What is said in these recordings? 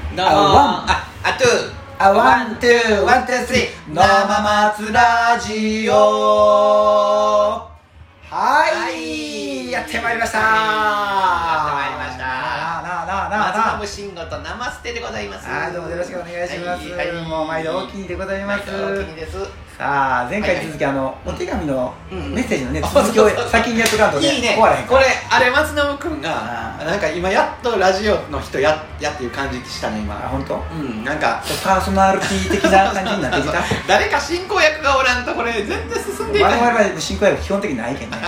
どうもワン、ツー、ワン、ツー、スリー生松ラジオ。はい、やってまいりました。松信慎吾と生捨てでございます。 はい、どうもよろしくお願いします。もう毎度大きいでございます。 大きいです。 さあ、前回に続きお手紙のメッセージのね、続きを先にやっとかんとね、 いいね。これあれ松信くんがなんか今やっとラジオの人やっていう感じしたね今。 あ、本当？ なんかパーソナリティ的な感じになってきた。 誰か進行役がおらんとこれ全然進んでいかない。 我々は進行役基本的にないけんね。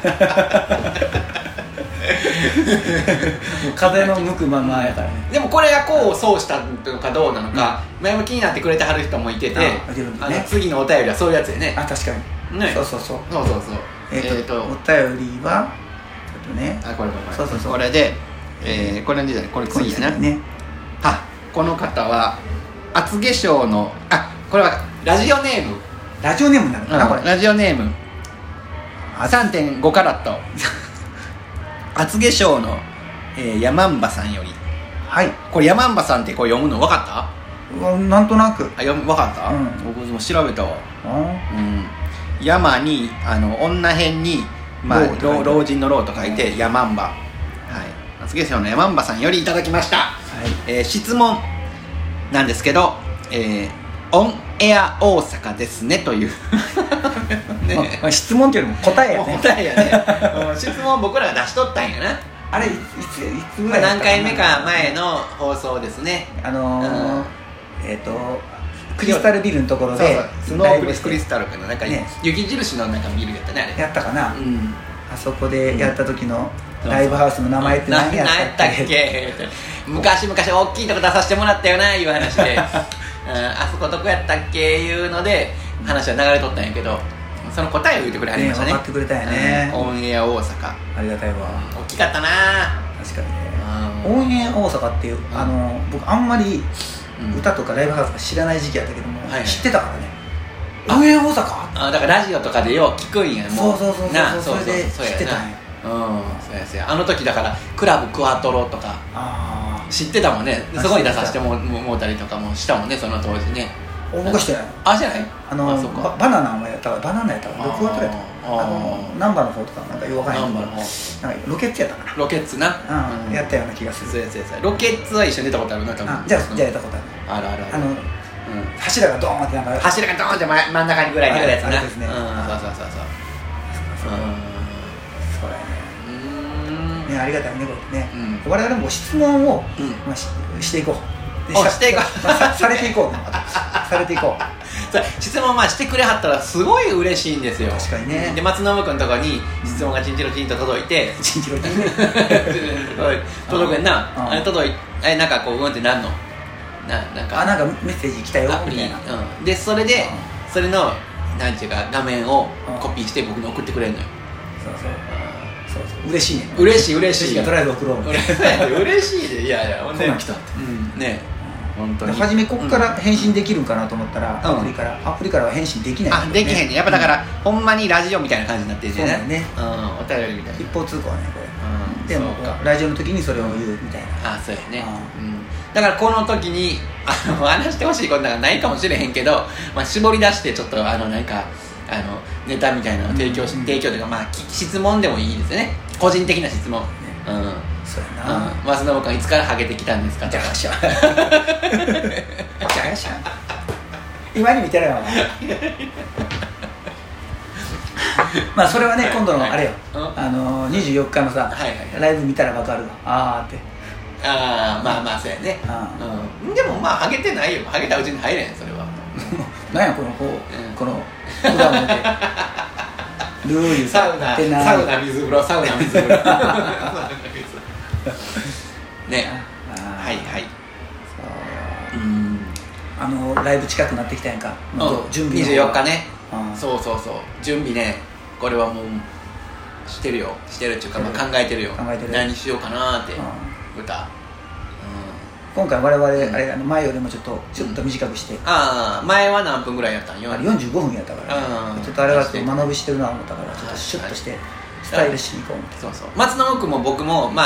風の向くままやからね。 でもこれがこうそうしたのかどうなのか、前も気になってくれてはる人もいてて、次のお便りはそういうやつやね。 あ、確かにね。そう。お便りはちょっとね、 これこれでこれじゃない、これ次やなね。この方は厚化粧のこれはラジオネームなのかな、これラジオネーム 3.5 カラット厚化粧のヤマンバさんより。 はい。 これヤマンバさんってこれ読むの分かった？ なんとなく分かった？僕も調べたわ。山に女編に老人の老と書いてヤマンバ。はい。厚化粧のヤマンバさんよりいただきました。質問なんですけど、オンエア大阪ですねという質問っていうよりも答えやね。質問僕らが出しとったんやな。 あれいつぐらい何回目か前の放送ですね。 クリスタルビルのところで、 スノークリスタルかな、なんか雪印のなんかビルやったね、あれやったかな。あそこでやった時のライブハウスの名前って何やったっけ。 昔大きいとこ出させてもらったよないう話であそこどこやったっけいうので話は流れとったんやけど、その答えを言ってくれはりましたね。 分かってくれたんやね。 オンエア大阪ありがたいわ。 大きかったな。 確かにね。オンエア大阪っていう僕あんまり歌とかライブハウスが知らない時期やったけども、知ってたからね。オンエア大阪だからラジオとかでよう聞くんや。 そうそれで知ってたんや。 そうやあの時だからクラブクワトロとか知ってたもんね。そこに出させてもうたりとかもしたもんね、その当時ね。 僕はしてない。 してない。 バナナやったわ。バナナやったわ。6話くらいやったナンバーの方とかなんかよくわからないけど、なんかロケッツやったかな。 ロケッツな。 やったような気がする。 ロケッツは一緒に出たことあるな、多分。 じゃあやったことある。 ある。 柱がドーンってなんか柱がドーンって真ん中にぐらいにあるやつな。 そうですね。そうやね。ありがたいね、これね。我々も質問をしていこう。されていこう。 質問してくれはったらすごい嬉しいんですよ。 確かにね。 で松信君のとこに質問がチンチロチンと届いて届くんな。届いてなんかこうってなんのなんかメッセージ来たよみたいな。 でそれでそれのなんていうか画面をコピーして僕に送ってくれるのよ。 そう嬉しいね。 嬉しい。 とりあえず送ろう。 嬉しいで。いやこんなん来たってね。本当に初めここから返信できるんかなと思ったらアプリからは返信できない。 できへんね。やっぱだからほんまにラジオみたいな感じになってるんでね。お便りみたいな。 一方通行はねこれ。でもラジオの時にそれを言うみたいな。 そうやね。だからこの時に話してほしいことなんかないかもしれへんけど、絞り出してちょっとなんかネタみたいなのを提供というか質問でもいいですよね。個人的な質問。 そうやな。 松信君いつからハゲてきたんですかとか。 今に見てないわ。それはね今度のあれよ。24日のさライブ見たらわかるわ。って。 そうやね。でもハゲてないよ。ハゲたうちに入れんそれは。 なんやこの裏表。ルールサウナ水風呂ね。 ライブ近くなってきたやんか。準備 24日ね。そう準備ね。これはもうしてるっていうか考えてるよ。何しようかなって歌。 今回我々あれ前よりもちょっと短くして。 前は何分ぐらいやったんよ。 45分やったからちょっとあれは間延びしてるなと思ったからちょっとシュッとしてスタイルしに行こうみたいな。 松信君も僕も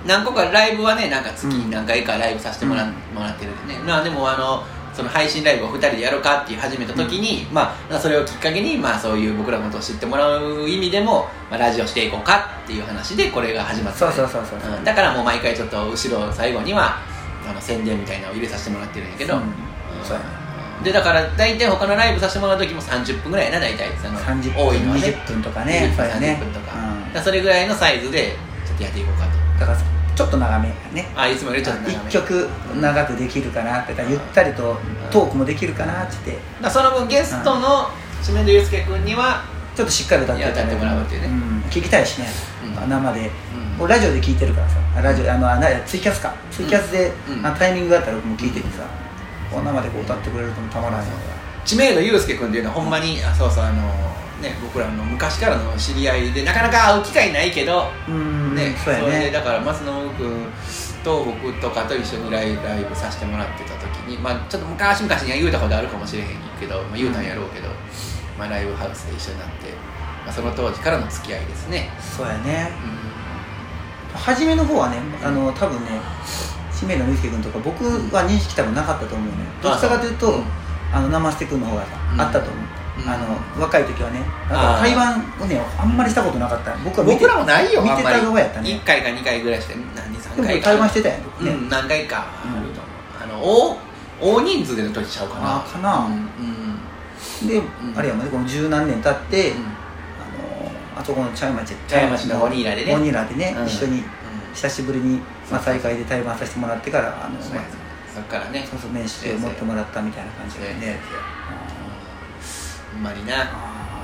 何個かライブはねなんか月に何回かライブさせてもらってるんでね、でもその配信ライブを2人でやろうかっていう始めた時に、それをきっかけに、そういう僕らのことを知ってもらう意味でも、ラジオしていこうかっていう話でこれが始まった、 そう、 だからもう毎回ちょっと後ろ最後には宣伝みたいなのを入れさせてもらってるんやけど、 そうやね。 でだから大体他のライブさせてもらう時も30分ぐらいやな大体 30 多いのはね 20分とかね、 30分とか、それぐらいのサイズでちょっとやっていこうかと。 だからちょっ長めやね。 いつもよりちょっと長め。 1曲長くできるかなって、ゆったりとトークもできるかなって言って、 その分ゲストの知名度ゆうすけ君にはちょっとしっかり歌ってもらうっていうね、 聞きたいしね、生で、ラジオで聞いてるからさ、ラジオツイキャスでタイミングがあったら僕も聞いててさ、生でこう歌ってくれるとたまらないのが。 知名度ゆうすけ君っていうのはほんまに僕らの昔からの知り合いでなかなか会う機会ないけど、それでだから松野君と僕とかと一緒にライブさせてもらってた時に、ちょっと昔々には言うたことあるかもしれへんけど、言うたんやろうけど、ライブハウスで一緒になって、その当時からの付き合いですね。 そうやね、初めの方はね、多分ね知名度ゆうすけ君とか僕は認識多分なかったと思うね。どちらかというと生捨て君の方があったと思う。若い時はね、対バンをねあんまりしたことなかった。僕らもないよ、 見てた側やったね。 1回か2回ぐらいして、2、3回か対バンしてたやんね。 何回かあると思う。大人数での時ちゃうかな。 で、あれやもんね、この十何年経って、あそこの茶屋町のゴニーラでね、一緒に久しぶりに再会で対バンさせてもらってから、 そっからね、 名刺を持ってもらったみたいな感じでね。 ほんまにな。いや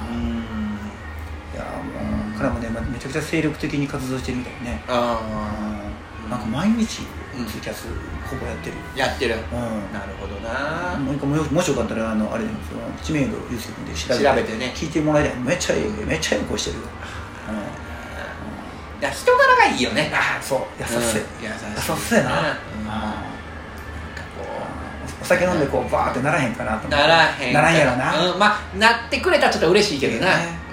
もう彼もねめちゃくちゃ精力的に活動してるみたいね。なんか毎日ツイキャスほぼやってる。 なるほどな。 もしよかったらあれで知名度ゆうすけ君で調べてね聞いてもらいたい。めっちゃいい声してるよ。 人柄がいいよね。 そう、優しそうやな。お酒飲んでこうバーってならへんかなと思って。ならへんやろな。 なってくれたらちょっと嬉しいけどな。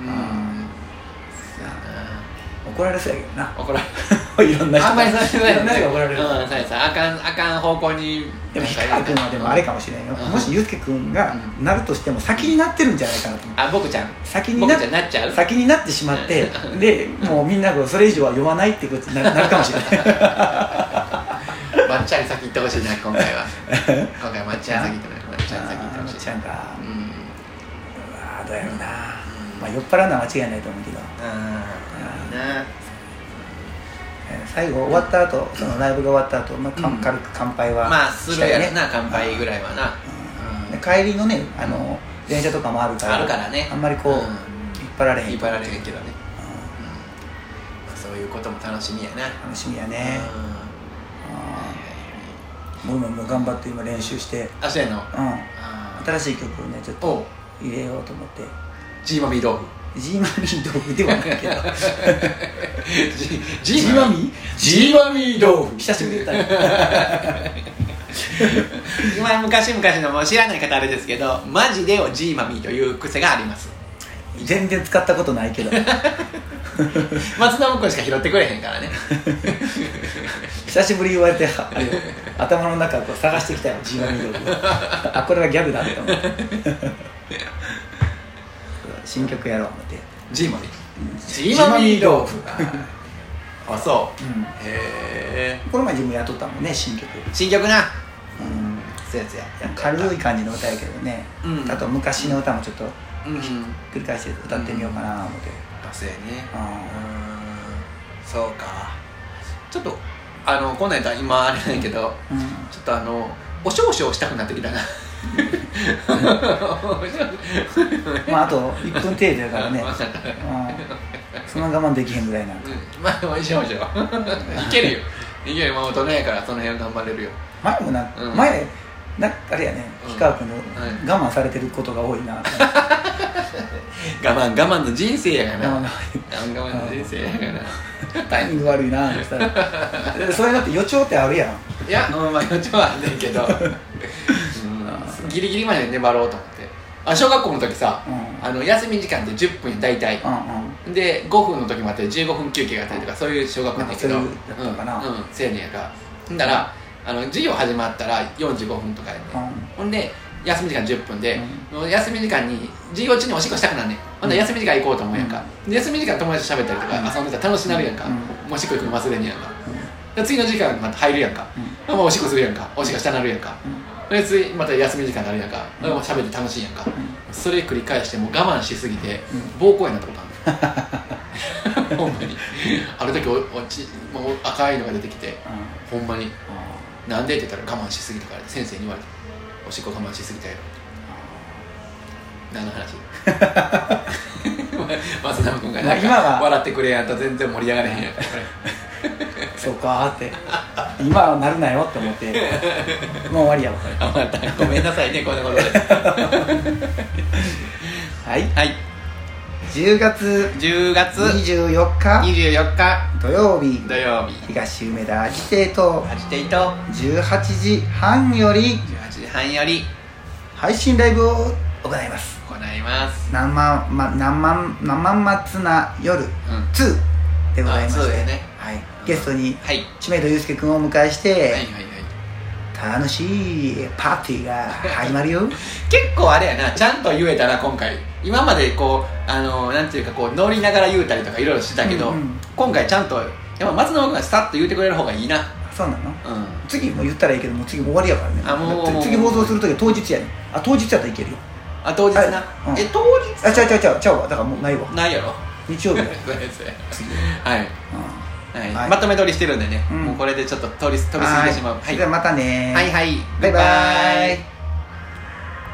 怒られそうやけどな。 怒られいろんな人が怒られる。 あかん方向に。 でも氷川君はでもあれかもしれんよ。もしゆうすけ君がなるとしても先になってるんじゃないかなと思って。 僕ちゃん先になってしまってでもうみんなそれ以上は読まないってことになるかもしれない。 まっちゃんに先行ってほしいな、今回は。まっちゃん先行ってほしい。 まっちゃんか。どうやろうな。酔っ払うのは間違いないと思うけど。最後終わった後、そのライブが終わった後、軽く乾杯はするやろな、乾杯ぐらいはな。 帰りのね、電車とかもあるからね、 あんまりこう引っ張られへんけどね。そういうことも楽しみやな。 楽しみやね。僕も頑張って今練習して、 そうやの。 新しい曲をねちょっと入れようと思って。 ジーマミー豆腐。 ジーマミー豆腐ではないけど。 ジーマミー豆腐。 久しぶりに言ったね。 昔のもう知らない方あれですけど、マジでをジーマミーという癖があります。 全然使ったことないけど。 松田君しか拾ってくれへんからね。 久しぶり言われて頭の中を探してきたよ、ジーマミー豆腐。これはギャグだって思って。新曲やろう思って。 ジーマミー豆腐。そう。へえ。 この前自分やっとったもんね、新曲な。そうやつや。 軽い感じの歌やけどね。あと昔の歌もちょっと繰り返して歌ってみようかな思って。 そうやね。そうか。ちょっとこんなんやったら今あれないけど、ちょっとお少々したくなってきたな。 あと1分程度やからね。そんな我慢できへんぐらいなんか。 お少々いけるよ。大人やからその辺は頑張れるよ。 前もあれやね、氷川君の我慢されてることが多いな。 我慢の人生やからな。我慢の人生やから。 タイミング悪いな。そういうのって予兆ってあるやん。 いや、予兆はあんねんけど。ギリギリまで粘ろうと思って。小学校の時さ、休み時間で10分大体。 で5分の時もあって15分休憩があったりとか、そういう小学校なんだけど、 なんかそういうやったかな、 青年やから。ほんだら授業始まったら45分とかやね、ほんで休み時間10分で、休み時間に授業中におしっこしたくなんねん。ほんで休み時間行こうと思うやんか、で休み時間友達と喋ったりとか遊んでたら楽しくなるやんか、おしっこ行くの忘れんねやんか、で次の時間また入るやんか、おしっこするやんか、おしっこしたなるやんか、で次また休み時間になるやんか、喋って楽しいやんか、それ繰り返してもう我慢しすぎて膀胱炎になったことあるほんまにある時もう赤いのが出てきて、ほんまになんでって言ったら我慢しすぎたから先生に言われて、おしっこ我慢しすぎたよ。何の話増田君がなんか笑ってくれやんと全然盛り上がれへんやんからこれそうかって今はなるなよって思ってもう終わりやわこれ。 またごめんなさいねこんなことではいはい、 10月24日土曜日東梅田アジテート18時半より配信ライブを行います。何万松な夜2でございまして、 ね、 はい、ゲストに知名度祐介君をお迎えして、楽しいパーティーが始まるよ結構あれやな、ちゃんと言えたな今回。今までこうなんていうかこう乗りながら言うたりとかいろいろしてたけど、今回ちゃんとやっぱ松野君がスタッと言うてくれる方がいいな。 そうなの、次も言ったらいいけどもう次も終わりやからね。次放送するときは当日やねん。当日やったらいけるよ。 当日な、当日ちゃうわ、だからもうないわ。 ないやろ日曜日や次はい、まとめ撮りしてるんでね、もうこれでちょっと撮りすぎてしまう。 じゃあまたね、 はいはい、 バイバイ。